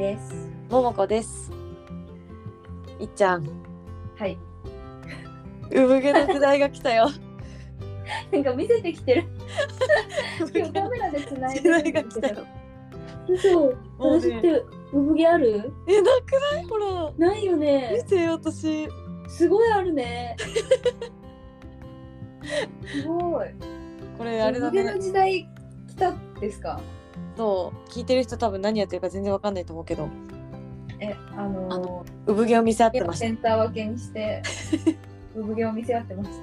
です。 ももこです。いっちゃん、 はい。 産毛の時代が来たよ。 なんか見せてきてる。今日カメラで繋いでるんだけど。嘘。私って産毛ある？ なくない？ほら。 ないよね。 見てよ、私。 すごいあるね。すごい。 これあれだ産毛ね。 の時代来たですか？ そう聞いてる人多分何やってるか全然わかんないと思うけど、産毛を見せ合ってました。 センター分けにして産毛を見せ合ってました。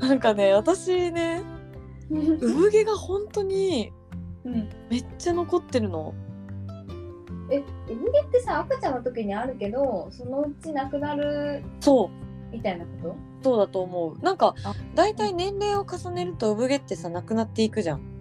なんかね、私ね、産毛が本当にめっちゃ残ってるの。 産毛ってさ、赤ちゃんの時にあるけど、そのうちなくなるみたいなこと？ そうだと思う。なんかだいたい年齢を重ねると産毛ってさなくなっていくじゃん。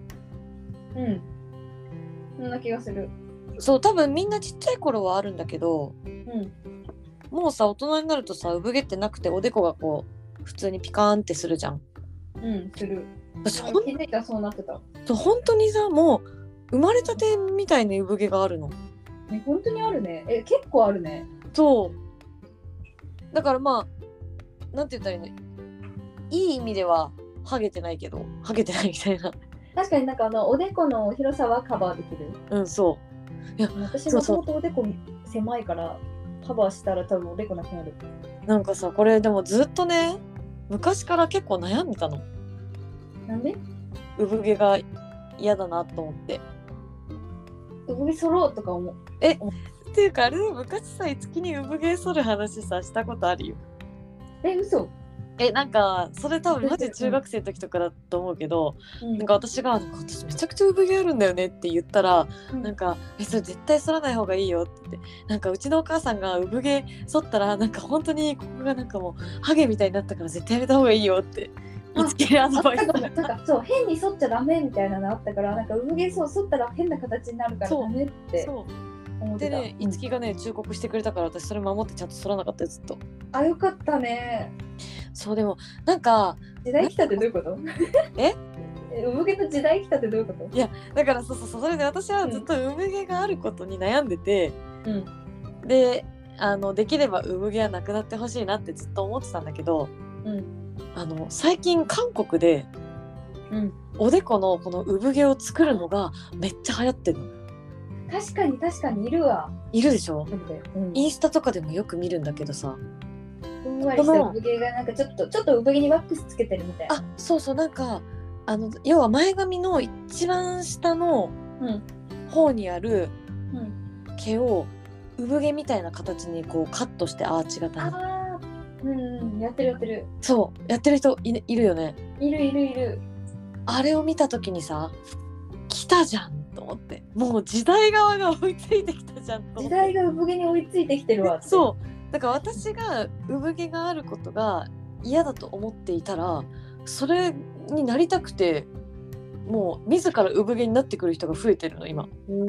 そんな気がする。 そう、多分みんなちっちゃい頃はあるんだけど、もうさ大人になるとさ産毛ってなくておでこがこう普通にピカーンってするじゃん。 する。 私気づいたらそうなってた。 そう本当にさ、もう生まれたてみたいな産毛があるの。 ね、本当にあるね。結構あるね。 そうだからまあなんて言ったらいいね、いい意味ではハゲてないけどハゲてないみたいな。 確かになんかおでこの広さはカバーできる。 そういや私もともとおでこ狭いからカバーしたら多分おでこなくなる。 なんかさ、これでもずっとね昔から結構悩んでたの。 なんで？ 産毛が嫌だなと思って。 産毛剃ろうとか思う。 っていうかあれ昔さ、いつきに産毛剃る話さしたことあるよ。 嘘？ なんかそれ多分マジ中学生の時とかだと思うけど、なんか私が私めちゃくちゃ産毛あるんだよねって言ったら、なんかそれ絶対剃らない方がいいよって言って、なんかうちのお母さんが産毛剃ったらなんか本当にここがなんかもうハゲみたいになったから絶対やめた方がいいよっていつきにアドバイスされた。 なんかそう変に剃っちゃダメみたいなのあったから、なんか産毛剃ったら変な形になるからダメって思ってた。 でね、いつきがね忠告してくれたから私それ守ってちゃんと剃らなかったよずっと。 よかったね。 そうでもなんか時代来たってどういうこと？産毛の時代来たってどういうこと？ いやだからそれで私はずっと産毛があることに悩んでて、でできれば産毛はなくなってほしいなってずっと思ってたんだけど、最近韓国で、おでこのこの産毛を作るのがめっちゃ流行ってるの。 確かにいるわ。 いるでしょ、インスタとかでもよく見るんだけどさ、 ふんわりした産毛がなんかちょっと産毛にワックスつけてるみたいな。 そうなんか要は前髪の一番下の方にある毛を産毛みたいな形にこうカットしてアーチ型に。 やってる。 そうやってる人いるよね。 いる。あれを見た時にさ、来たじゃんと思って、もう時代側が追いついてきたじゃんと思って。 時代が産毛に追いついてきてるわって。 そうだから私が産毛があることが嫌だと思っていたら、それになりたくてもう自ら産毛になってくる人が増えてるの今。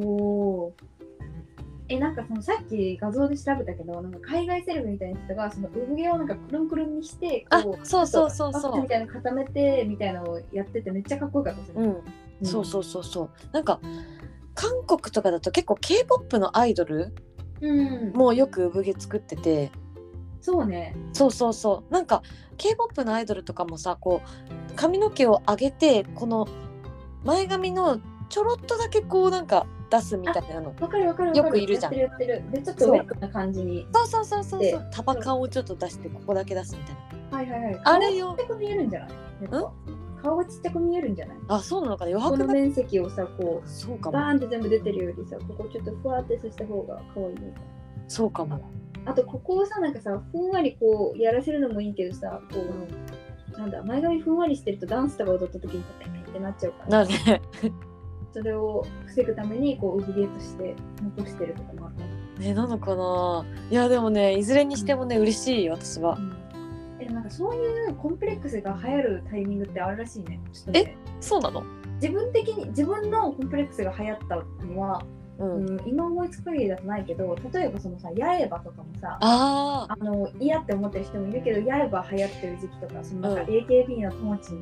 なんかそのさっき画像で調べたけど、なんか海外セレブみたいな人がその産毛をなんかくるんくるんにしてこうそうバッグみたいなの固めてみたいなのをやっててめっちゃかっこよかったですね。 そうなんか韓国とかだと結構 K-POP のアイドルもうよく産毛作ってて。 そうね。 そうなんか K-POP のアイドルとかもさ、こう髪の毛を上げてこの前髪のちょろっとだけこうなんか出すみたいなの。 わかるよくいるじゃん。 やってる。でちょっとウェットな感じに。 そうタバカンをちょっと出してここだけ出すみたいな。 はい。 あれよ。 顔がちっちゃく見えるんじゃない？顔がちっちゃく見えるんじゃない？ そうなのかな。 この面積をさこうそうかも。 バーンって全部出てるよりさ、ここちょっとふわってさした方が可愛いね。 そうかも。 あとここをさなんかさふんわりこうやらせるのもいいけどさ、こうなんだ前髪ふんわりしてるとダンスとか踊った時にペペってなっちゃうから。 なるね。 それを防ぐためにこう産毛として残してるとかもあるね。なのかな。いやでもね、いずれにしてもね、嬉しい私は。 なんかそういうコンプレックスが流行るタイミングってあるらしいね。ちょっとね。 そうなの？ 自分のコンプレックスが流行ったのは、今思いつく限りだとないけど、例えばそのさ、八重歯とかもさ、嫌って思ってる人もいるけど、八重歯流行ってる時期とか、そのなんか AKB のともちんで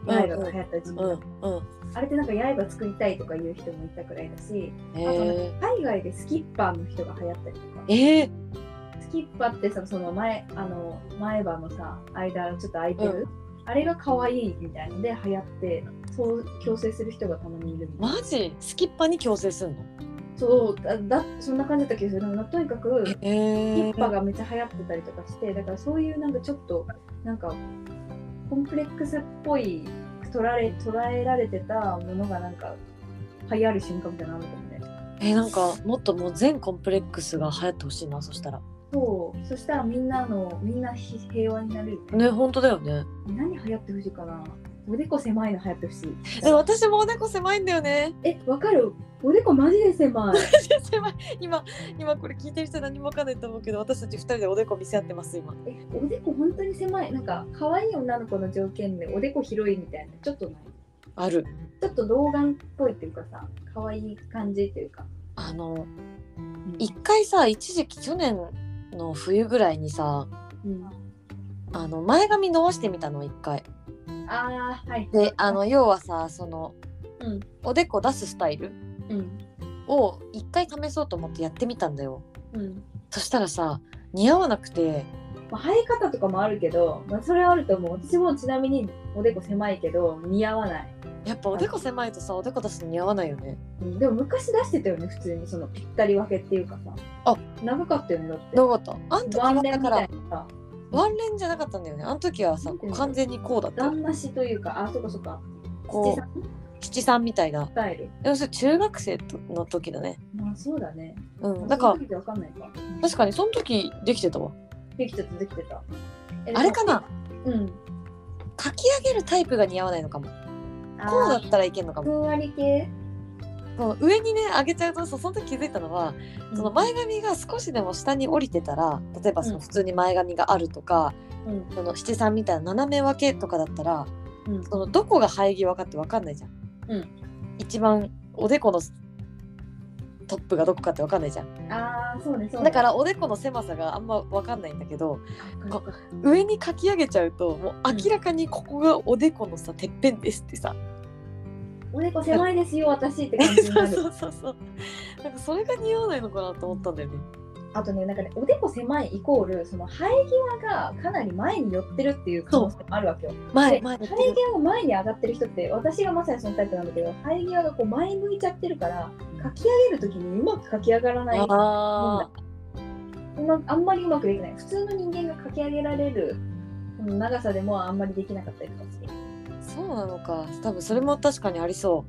刃が流行った時期、 うんあれってなんか刃作りたいとかいう人もいたくらいだし、あとなんへか海外でスキッパーの人が流行ったりとか、 えスキッパーってさ、その前歯のさ間ちょっと開いてる、あれが可愛いみたいので流行って、そう強制する人がたまにいるみたいな。 マジスキッパに強制すんの？ そうそんな感じだった気がする。でもとにかくスキへッパーがめっちゃ流行ってたりとかして、だからそういうなんかちょっとなんかコンプレックスっぽい捉えられてたものがなんか流行る瞬間みたいなのあるかもね。 なんかもっともう全コンプレックスが流行ってほしいな。そしたらそしたらみんな平和になれるね。 ね、本当だよね。 何流行ってほしいかな。おでこ狭いの流行ってほしい。 私もおでこ狭いんだよね。 わかる。おでこマジで狭い。 狭い。今これ聞いてる人何もわかんないと思うけど、私たち2人でおでこ見せ合ってます今。 おでこ本当に狭い。なんか可愛い女の子の条件でおでこ広いみたいなちょっとない？ ある。 ちょっと童顔っぽいっていうかさ、可愛い感じっていうか。 一回さ、一時期去年の冬ぐらいにさ、前髪伸ばしてみたの一回。 はい。 で要はさ、その、おでこ出すスタイルを一回試そうと思ってやってみたんだよ。そしたらさ、似合わなくて。 生え方とかもあるけど、それはあると思う。私もちなみにおでこ狭いけど似合わない。 やっぱおでこ狭いとさ、おでこ出すの似合わないよね。 でも昔出してたよね、普通にそのぴったり分けっていうかさ。長かったよね、だって。 長かった。あん時はだからワンレンじゃなかったんだよね。あの時はさ、完全にこうだった。 段なしというか、そっか。 七三みたいな。 スタイル。 でもそれ中学生の時だね。 まあそうだね。 だから確かにその時できてたわ。 できてた。 あれかな。かき上げるタイプが似合わないのかも。こうだったらいけんのかも。 ふんわり系。 上にね上げちゃうとその時気づいたのは、その前髪が少しでも下に降りてたら、例えばその普通に前髪があるとか、その七三みたいな斜め分けとかだったら、そのどこが生え際かって分かんないじゃん。一番おでこのトップがどこかって分かんないじゃん。 そうね。 だからおでこの狭さがあんま分かんないんだけど、上にかき上げちゃうともう明らかにここがおでこのさ、てっぺんですってさ、 おでこ狭いですよ私って感じになる。 そうなんかそれが似合わないのかなと思ったんだよね。 あとね、なんかね、おでこ狭いイコールその生え際がかなり前に寄ってるっていう可能性もあるわけよ。生え際が前に上がってる人って、私がまさにそのタイプなんだけど、生え際がこう前向いちゃってるからかき上げるときにうまくかき上がらないもんだ。あんまりうまくできない。普通の人間がかき上げられる長さでもあんまりできなかったりとかする。 そうなのか。多分それも確かにありそう。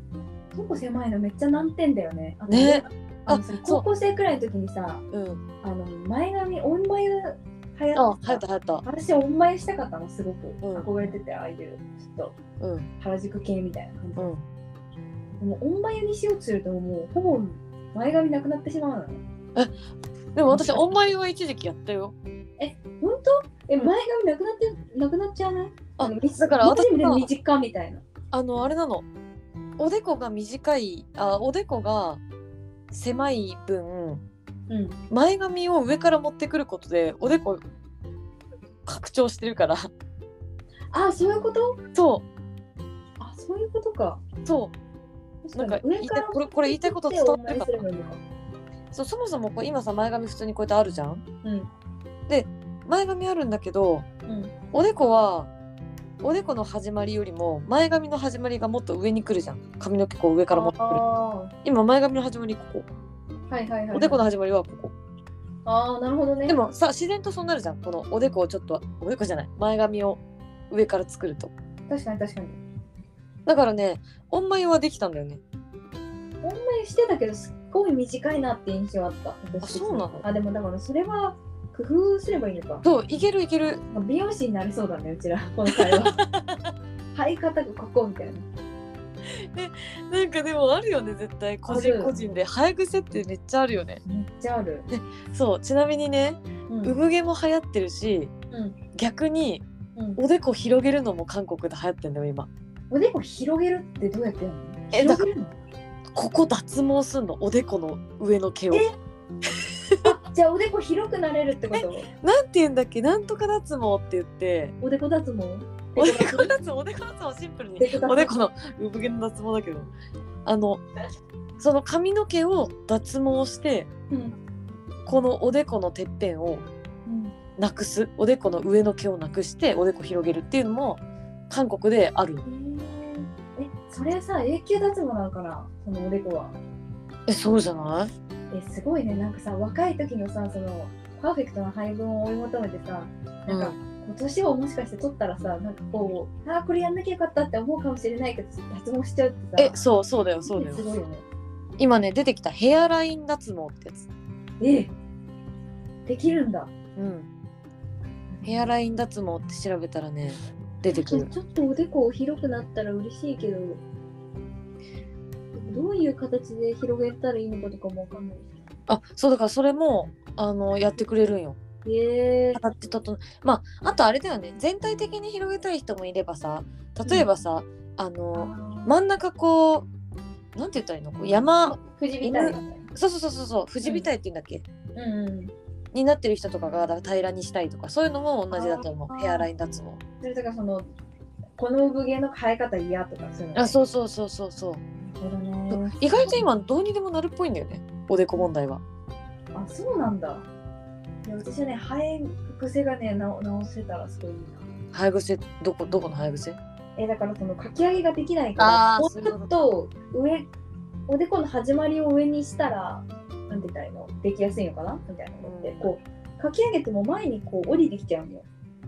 結構狭いのめっちゃ難点だよね。高校生くらいの時にさ、前髪オンマユ流行った。私オンマユしたかったの、すごく憧れてて、ああいうちょっと原宿系みたいな感じでもオンマユにしようとするともうほぼ前髪なくなってしまうの。 でも私オンマユは一時期やったよ。 本当？前髪なくなっちゃわない？ だから私も短みたいな。 あれなの。おでこが短い、おでこが狭い分、前髪を上から持ってくることでおでこ拡張してるから。 そういうこと？ そう。 そういうことか。 そう。なんかこれ言いたいこと伝わってるかな。そもそも今さ、前髪普通にこうやってあるじゃん。で前髪あるんだけど、おでこの始まりよりも前髪の始まりがもっと上に来るじゃん。髪の毛こう上から持ってくる。今前髪の始まりここ。おでこの始まりはここ。 なるほどね。 でもさ、自然とそうなるじゃん。このおでこをちょっと、おでこじゃない、前髪を上から作ると。 確かに。 だからね、オンマユはできたんだよね。 オンマユしてたけどすっごい短いなって印象あった。 そうなの？ でもだからそれは工夫すればいいのか。 そう、いける。 美容師になりそうだね、うちらこの会話。生え方がここみたいな。 なんかでもあるよね、絶対個人で生え癖ってめっちゃあるよね。 めっちゃある。 そう、ちなみにね、産毛も流行ってるし、逆におでこ広げるのも韓国で流行ってるんだよ今。 おでこ広げるってどうやってやるの？ だからここ脱毛すんの、おでこの上の毛を。 じゃあおでこ広くなれるってこと？ なんて言うんだっけ、なんとか脱毛って言って。 おでこ脱毛？ おでこ脱毛はシンプルにおでこの産毛の脱毛だけど、その髪の毛を脱毛して、このおでこのてっぺんをなくす、おでこの上の毛をなくしておでこ広げるっていうのも韓国である。 それさ永久脱毛なのかな、そのおでこは。 そうじゃない？ すごいね。なんかさ、若い時のさ、そのパーフェクトな配分を追い求めてさ、なんか、今年をもしかして取ったらさ、なんかこう、これやんなきゃよかったって思うかもしれないけど、脱毛しちゃうってさ。 そうだよ。すごいよね。今ね、出てきたヘアライン脱毛ってやつ。 できるんだ。 ヘアライン脱毛って調べたらね、出てくる。 ちょっとおでこ広くなったら嬉しいけど、どういう形で広げたらいいのかとかもわかんない。 そうだからそれもやってくれるんよ。形とまああとあれだよね、全体的に広げたい人もいればさ、例えばさ、真ん中こうなんて言ったらいいの、こう山富士みたいな。 そう富士みたいって言うんだっけ、になってる人とかが平らにしたいとか、そういうのも同じだと思う。ヘアライン脱毛。 それとかこの産毛の生え方嫌とかそういうの。 そう。意外と今どうにでもなるっぽいんだよね、おでこ問題は。 そうなんだ。私はね、生え癖がね、直せたらすごいいいな。 生え癖、どこの生え癖？ だからそのかき上げができないから、もうちょっとおでこの始まりを上にしたら、なんて言ったらいいの、できやすいのかなみたいなのって、こうかき上げても前にこう降りてきちゃうんよ。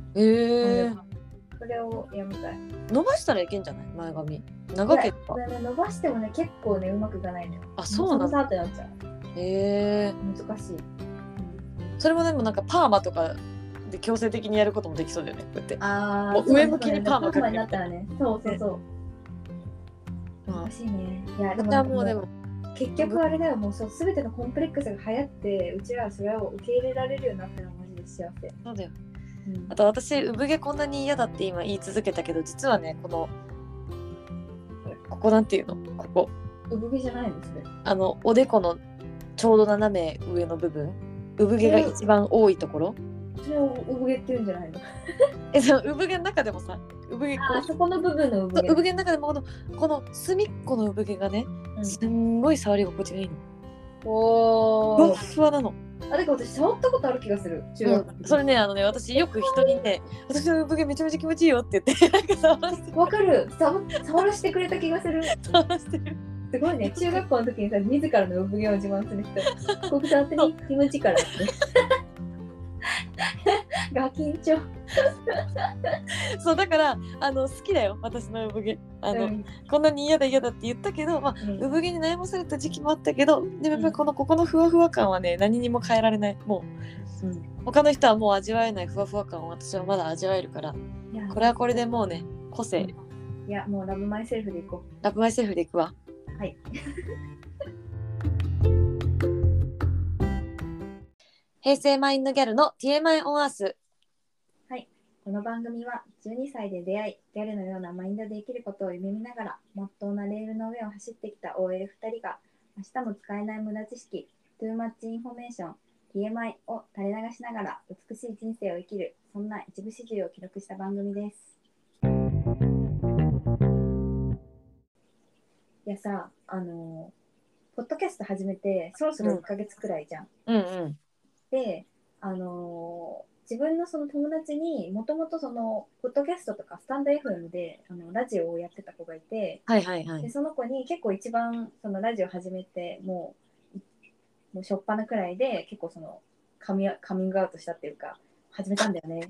それをやめたい。 伸ばしたらいけんじゃない？前髪長ければ。 伸ばしてもね、結構ねうまくいかないのよ。 そうなんだ。 ってなっちゃう。難しい。 それもでもなんかパーマとかで強制的にやることもできそうだよね。こうやって上向きにパーマかける。 なったらね。そう。難しいね。いやでも結局あれだよ、もう全てのコンプレックスが流行って、うちらはそれを受け入れられるようになったのはマジで幸せ。 そうだよ。あと私産毛こんなに嫌だって今言い続けたけど、実はねここなんていうの、ここ産毛じゃないのそれ。 おでこのちょうど斜め上の部分、産毛が一番多いところ、 それを産毛って言うんじゃないの？ その産毛の中でもさ、産毛そこの部分の産毛。 産毛の中でもこの隅っこの産毛がね、すんごい触り心地がいいの。ふわふわなの。 だから私触ったことある気がする。 それね、私よく人にね、私の産毛めちゃめちゃ気持ちいいよって言ってなんか触らせて。 わかる。触らせてくれた気がする。 触らせてる。 すごいね。中学校の時にさ、自らの産毛を自慢する人。ここ触ってみ、気持ちいいからって。ガキンチョ。 そうだから好きだよ、私の産毛。こんなに嫌だって言ったけど、産毛に悩まされた時期もあったけど、でもやっぱりここのふわふわ感はね、何にも変えられない。もう、他の人はもう味わえないふわふわ感を私はまだ味わえるから、これはこれでもうね、個性。 いや、もうラブマイセルフでいこう。 ラブマイセルフでいくわ。 はい。 平成マインドギャルの TMI オンアース。 はい。この番組は12歳で出会い、ギャルのようなマインドで生きることを夢見ながら、まっとうなレールの上を走ってきた OL2 人が、明日も使えない無駄知識、トゥーマッチインフォメーション、TMI を垂れ流しながら美しい人生を生きる、そんな一部始終を記録した番組です。いやさ、ポッドキャスト始めてそろそろ1ヶ月くらいじゃん。で、自分のその友達にもともとそのポッドキャストとかスタンド FM でラジオをやってた子がいて、でその子に結構一番そのラジオ始めてもう初っ端くらいで結構そのカミングアウトしたっていうか、始めたんだよね。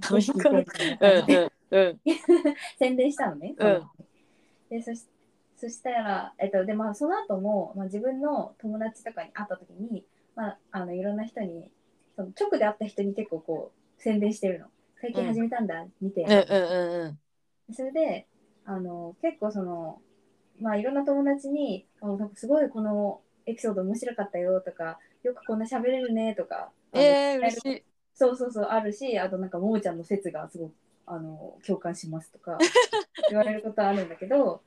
宣伝したのね。でそしたら、でその後も、自分の友達とかに会った時に、いろんな人にその直で会った人に結構こう宣伝してるの。最近始めたんだ、見て。それで結構そのいろんな友達にすごいこのエピソード面白かったよとか、よくこんな喋れるねとか、 嬉しい。 そうあるし、あとなんかももちゃんの説がすごく共感しますとか言われることあるんだけど、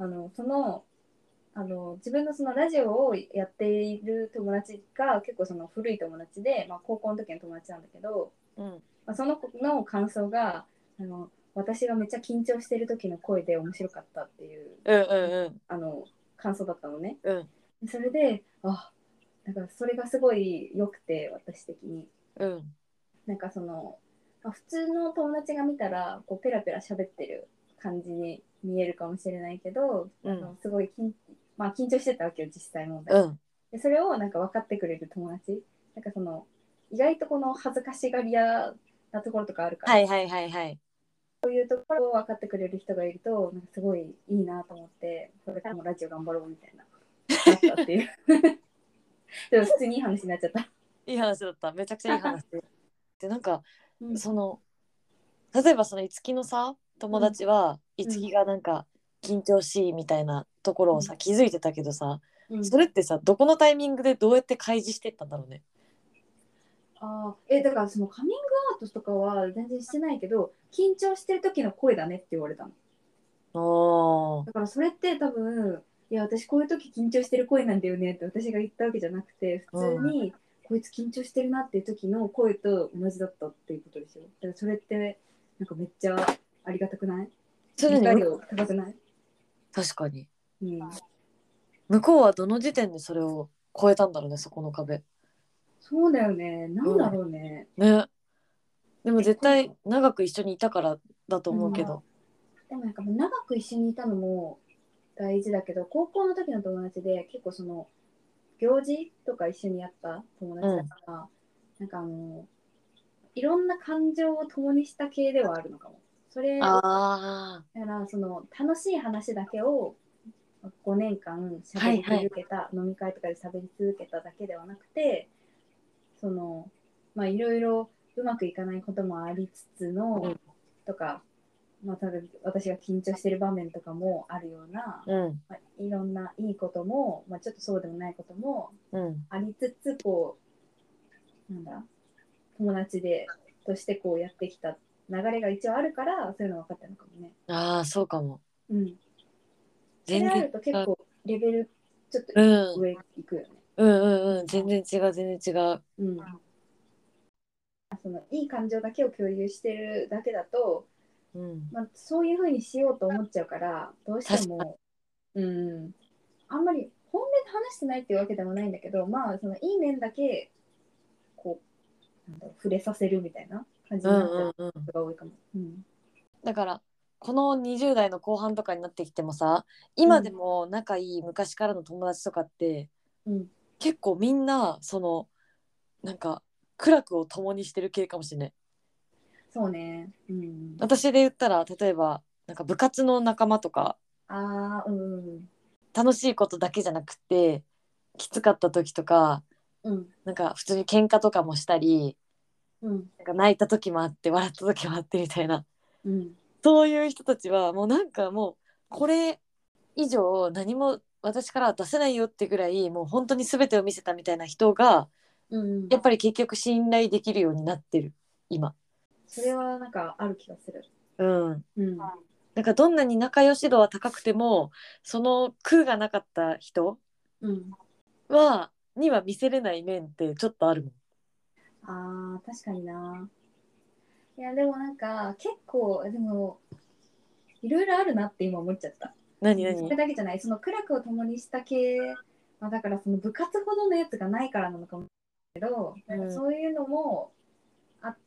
自分のそのラジオをやっている友達が結構その古い友達で、高校の時の友達なんだけど、その子の感想が私がめっちゃ緊張してる時の声で面白かったっていう、感想だったのね。それでだからそれがすごい良くて、私的に。なんかその、普通の友達が見たらこうペラペラ喋ってる感じに見えるかもしれないけど、すごい緊張してたわけよ、実際問題。でそれをなんか分かってくれる友達、なんかその意外とこの恥ずかしがり屋なところとかあるから、そういうところを分かってくれる人がいると、なんかすごいいいなと思って、これからもラジオ頑張ろうみたいななったっていうでも普通にいい話になっちゃった。 いい話だった。めちゃくちゃいい話で、なんか、その例えばそのいつきのさ友達は、いつきがなんか緊張しいみたいなところをさ、気づいてたけどさ、それってさどこのタイミングでどうやって開示してったんだろうね。 だからそのカミングアウトとかは全然してないけど、緊張してる時の声だねって言われたの。だからそれって多分、いや私こういう時緊張してる声なんだよねって私が言ったわけじゃなくて、普通に、こいつ緊張してるなっていう時の声と同じだったっていうことですよ。だからそれってなんかめっちゃありがたくない？理解度高くない？ 確かに、向こうはどの時点でそれを超えたんだろうね、そこの壁。 そうだよね。なんだろうね。 ね。でも絶対長く一緒にいたからだと思うけど。 でもなんかもう長く一緒にいたのも大事だけど、高校の時の友達で結構その行事とか一緒にやった友達だから、なんかいろんな感情を共にした系ではあるのかも。それだからその楽しい話だけを5年間喋り続けた、飲み会とかで喋り続けただけではなくて、そのいろいろうまくいかないこともありつつの、とか、多分私が緊張してる場面とかもあるような、いろんないいことも、ちょっとそうでもないこともありつつ、こうなんだ友達としてこうやってきた流れが一応あるから、そういうの分かったのかもね。 そうかも。 それあると結構レベルちょっと上行くよね。 全然違う、全然違う。 そのいい感情だけを共有してるだけだと、そういう風にしようと思っちゃうから、どうしても、あんまり本音で話してないっていうわけでもないんだけど、そのいい面だけこう触れさせるみたいな感じになっちゃうことが多いかも。 だからこの20代の後半とかになってきてもさ、今でも仲いい昔からの友達とかって、結構みんなそのなんか苦楽を共にしてる系かもしれない。 そうね。 私で言ったら、例えばなんか部活の仲間とか、楽しいことだけじゃなくてきつかった時とか、なんか普通に喧嘩とかもしたり、なんか泣いた時もあって笑った時もあってみたいな、そういう人たちはもうなんかもうこれ以上何も私からは出せないよってぐらい、もう本当に全てを見せたみたいな人が、やっぱり結局信頼できるようになってる今。 それはなんかある気がする。 なんかどんなに仲良し度は高くても、その空がなかった人には見せれない面ってちょっとあるもん。確かにな。いやでもなんか結構でもいろいろあるなって今思っちゃった。それだけじゃない、その苦楽を共にした系、だからその部活ほどのやつがないからなのかもしれないけど、なんかそういうのもあって、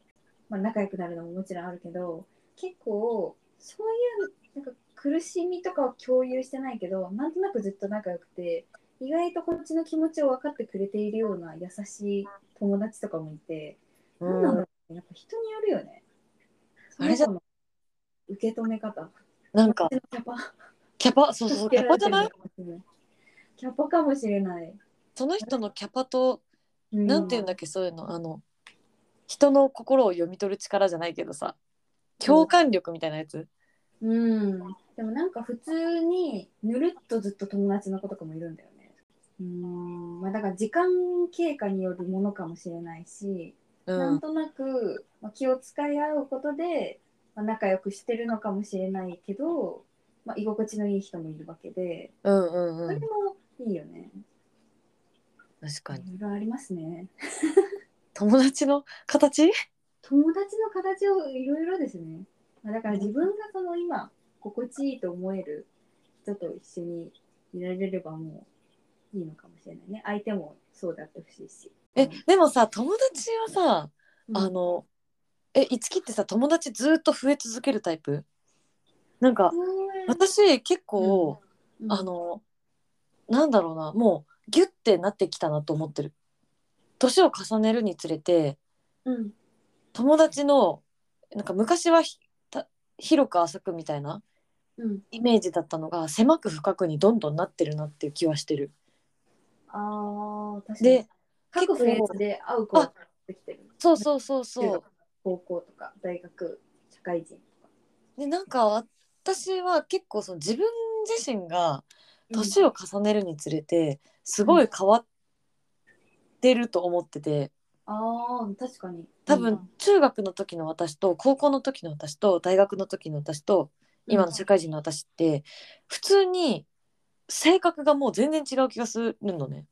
仲良くなるのももちろんあるけど、結構そういうなんか苦しみとかは共有してないけど、なんとなくずっと仲良くて、意外とこっちの気持ちを分かってくれているような優しい友達とかもいて、なんなんだろう、やっぱ人によるよね。その子の受け止め方。 なんかキャパそうキャパじゃない？ キャパかもしれない。 その人のキャパと、なんていうんだっけ、そういうの、人の心を読み取る力じゃないけどさ、共感力みたいなやつ。 でもなんか普通にぬるっとずっと友達の子とかもいるんだよね。だから時間経過によるものかもしれないし、なんとなく気を使い合うことで仲良くしてるのかもしれないけど、居心地のいい人もいるわけで、それもいいよね。 確かに。 いろいろありますね。 友達の形をいろいろですね。 だから自分がその今心地いいと思える人と一緒にいられればもういいのかもしれないね。相手もそうであってほしいし。 でもさ、友達はさ、いつきってさ、友達ずっと増え続けるタイプ？なんか私結構、なんだろうな、もうギュッてなってきたなと思ってる。年を重ねるにつれて、友達のなんか昔は広く浅くみたいなイメージだったのが、狭く深くにどんどんなってるなっていう気はしてる。 確かに。 で、 各フェーズで会う子ができてる。 そうそうそうそう。 高校とか大学、社会人とか。 で、なんか私は結構その自分自身が年を重ねるにつれてすごい変わってると思ってて、 確かに。 多分中学の時の私と高校の時の私と大学の時の私と今の社会人の私って普通に性格がもう全然違う気がするのね。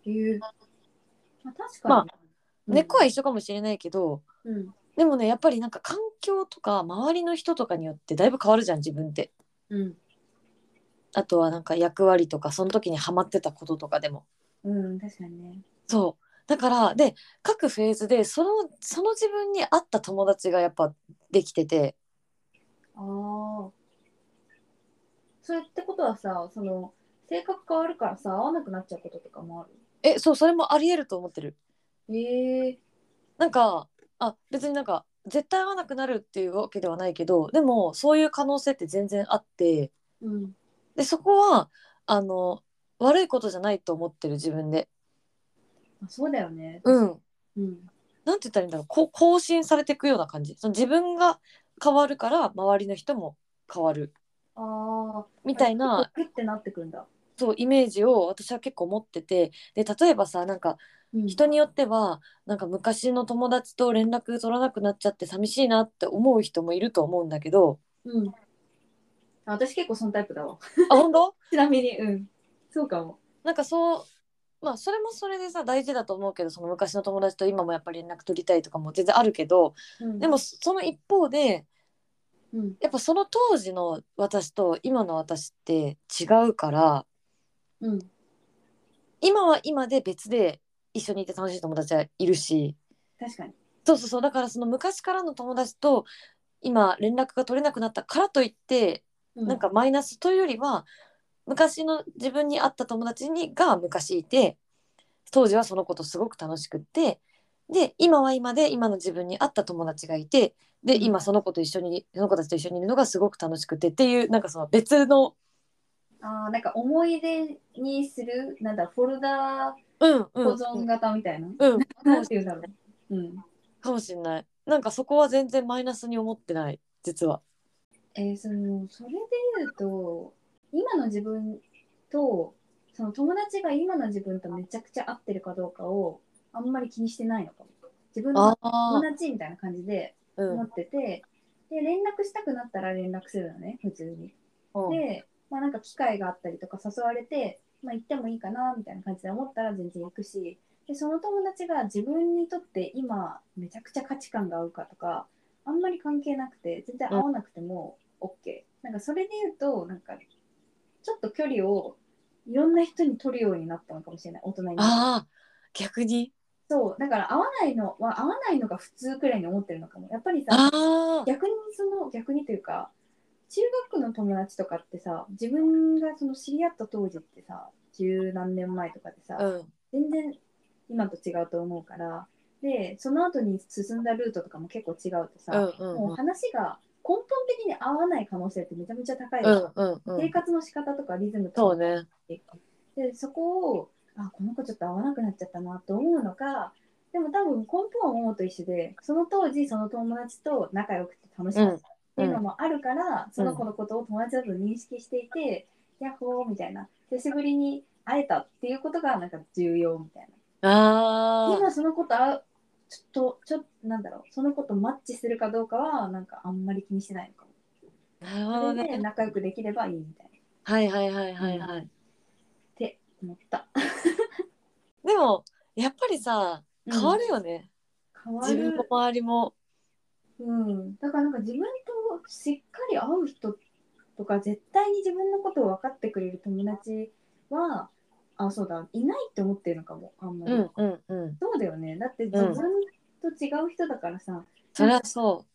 確かに、根っこは一緒かもしれないけど、でもね、やっぱりなんか環境とか周りの人とかによってだいぶ変わるじゃん、自分って。あとはなんか役割とかその時にハマってたこととかでも。 確かにね。 そうだからで各フェーズでその自分に合った友達がやっぱできてて。 それってことはさ、その性格変わるからさ、合わなくなっちゃうこととかもある？ そう、それもありえると思ってる。 えなんか別になんか絶対合わなくなるっていうわけではないけど、でもそういう可能性って全然あって、でそこは悪いことじゃないと思ってる、自分で。 そうだよね。 なんて言ったらいいんだろう、更新されていくような感じ。その自分が変わるから周りの人も変わるみたいな、 グッてなってくんだ。 そうイメージを私は結構持ってて、で例えばさ、なんか人によってはなんか昔の友達と連絡取らなくなっちゃって寂しいなって思う人もいると思うんだけど、 私結構そのタイプだわ。 本当？ ちなみに、そうかも。 なんかそう、それもそれでさ大事だと思うけど、その昔の友達と今もやっぱり連絡取りたいとかも全然あるけど、でもその一方で、やっぱその当時の私と今の私って違うから、今は今で別で一緒にいて楽しい友達はいるし。 確かに。 そうそうそう、だからその昔からの友達と今連絡が取れなくなったからといって、なんかマイナスというよりは、昔の自分に会った友達が昔いて、当時はその子とすごく楽しくって、で今は今で今の自分に合った友達がいて、で今その子たちと一緒にいるのがすごく楽しくてっていう、なんかその別の、 なんか思い出にする、なんだ、フォルダ保存型みたいな。なんていうんだろう。 かもしれない。なんかそこは全然マイナスに思ってない、実は。 それで言うと、今の自分と、その友達が今の自分とめちゃくちゃ合ってるかどうかをあんまり気にしてないのかも。自分の友達みたいな感じで思ってて、で、連絡したくなったら連絡するのね、普通に。で、なんか機会があったりとか誘われて、行ってもいいかなみたいな感じで思ったら全然行くし、で、その友達が自分にとって今めちゃくちゃ価値観が合うかとか、あんまり関係なくて、全然合わなくても OK。なんかそれで言うと、なんかちょっと距離をいろんな人に取るようになったのかもしれない、大人になって。 逆に。 そう、だから合わないのは合わないのが普通くらいに思ってるのかも。やっぱりさ、逆にというか、中学の友達とかってさ、自分がその知り合った当時ってさ、十何年前とかでさ、全然今と違うと思うから、で、その後に進んだルートとかも結構違うとさ、もう話が根本的に合わない可能性ってめちゃめちゃ高いから、生活の仕方とかリズムとか、で、そこを、この子ちょっと合わなくなっちゃったなと思うのか、でも多分根本思うと一緒で、その当時その友達と仲良くて楽しかったっていうのもあるから、その子のことを友達だと認識していて、ヤッホーみたいな、久しぶりに会えたっていうことがなんか重要みたいな。今そのことちょっとなんだろう、そのことマッチするかどうかはなんかあんまり気にしてないのかも。 なるほどね。 それで仲良くできればいいみたいな。 はいはいはいはいはい。 って思った。 でもやっぱりさ、変わるよね。自分の周りも。 だからなんか自分としっかり合う人とか絶対に自分のことを分かってくれる友達はそうだいないって思ってるのかもあんまり、そうだよね。だって自分と違う人だからさ、 そりゃそう。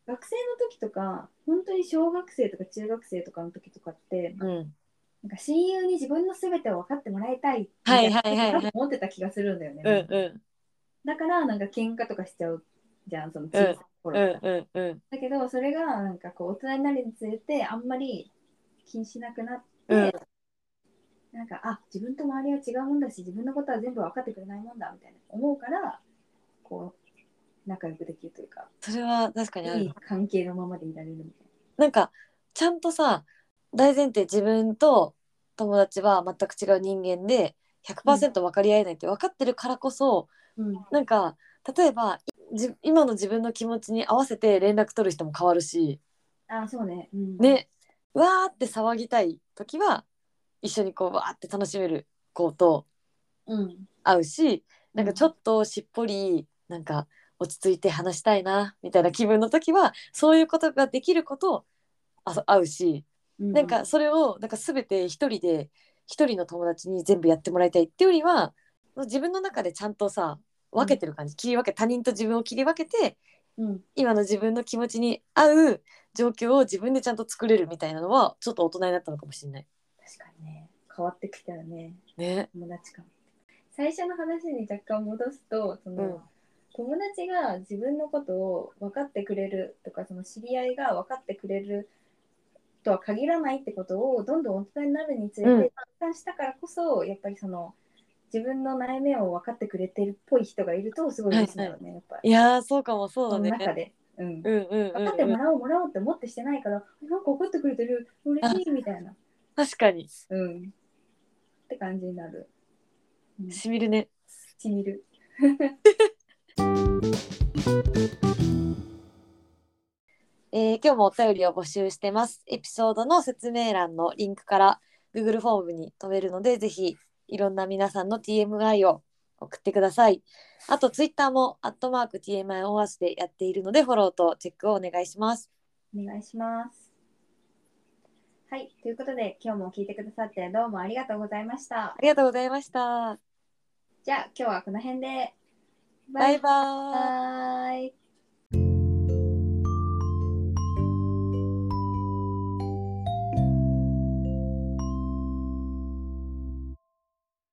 学生の時とか本当に小学生とか中学生とかの時とかって、なんか親友に自分の全てを分かってもらいたいみたいな思ってた気がするんだよね。だからなんか喧嘩とかしちゃうじゃん、その小さい頃から。だけどそれがなんかこう大人になるにつれてあんまり気にしなくなって、なんか自分と周りは違うもんだし自分のことは全部分かってくれないもんだみたいな思うからこう仲良くできるというか、 それは確かにある。 いい関係のままでいられるみたいな。なんかちゃんとさ大前提自分と友達は全く違う人間で 100% 分かり合えないって分かってるからこそ、なんか例えば今の自分の気持ちに合わせて連絡取る人も変わるし、 そうね、 ね、わーって騒ぎたい時は一緒にこうわーって楽しめる子と会うし、なんかちょっとしっぽりなんか落ち着いて話したいなみたいな気分の時はそういうことができる子と会うし、なんかそれをなんか全て一人の友達に全部やってもらいたいっていうよりは自分の中でちゃんとさ分けてる感じ、切り分け他人と自分を切り分けて、今の自分の気持ちに合う状況を自分でちゃんと作れるみたいなのはちょっと大人になったのかもしれない。 確かにね、変わってきたよね。 友達かも。最初の話に若干戻すと友達が自分のことを分かってくれるとかその知り合いが分かってくれるとは限らないってことをどんどん大人になるにつれて実感したからこそ、やっぱりその自分の内面を分かってくれてるっぽい人がいるとすごい嬉しいんだろうね、やっぱり。 いやそうかも、そうだね。 その中で、分かってもらおうって思ってしてないから、なんか分かってくれてる嬉しいみたいな。 確かに。 って感じになる。 しみるね。 しみる。 今日もお便りを募集してます。エピソードの説明欄のリンクから Google フォームに飛べるので、ぜひいろんな皆さんの TMI を送ってください。あと Twitter も@TMI オアシでやっているので、フォローとチェックをお願いします。 お願いします。はい、ということで今日も聞いてくださってどうもありがとうございました。 ありがとうございました。 じゃあ今日はこの辺で。 バイバーイ。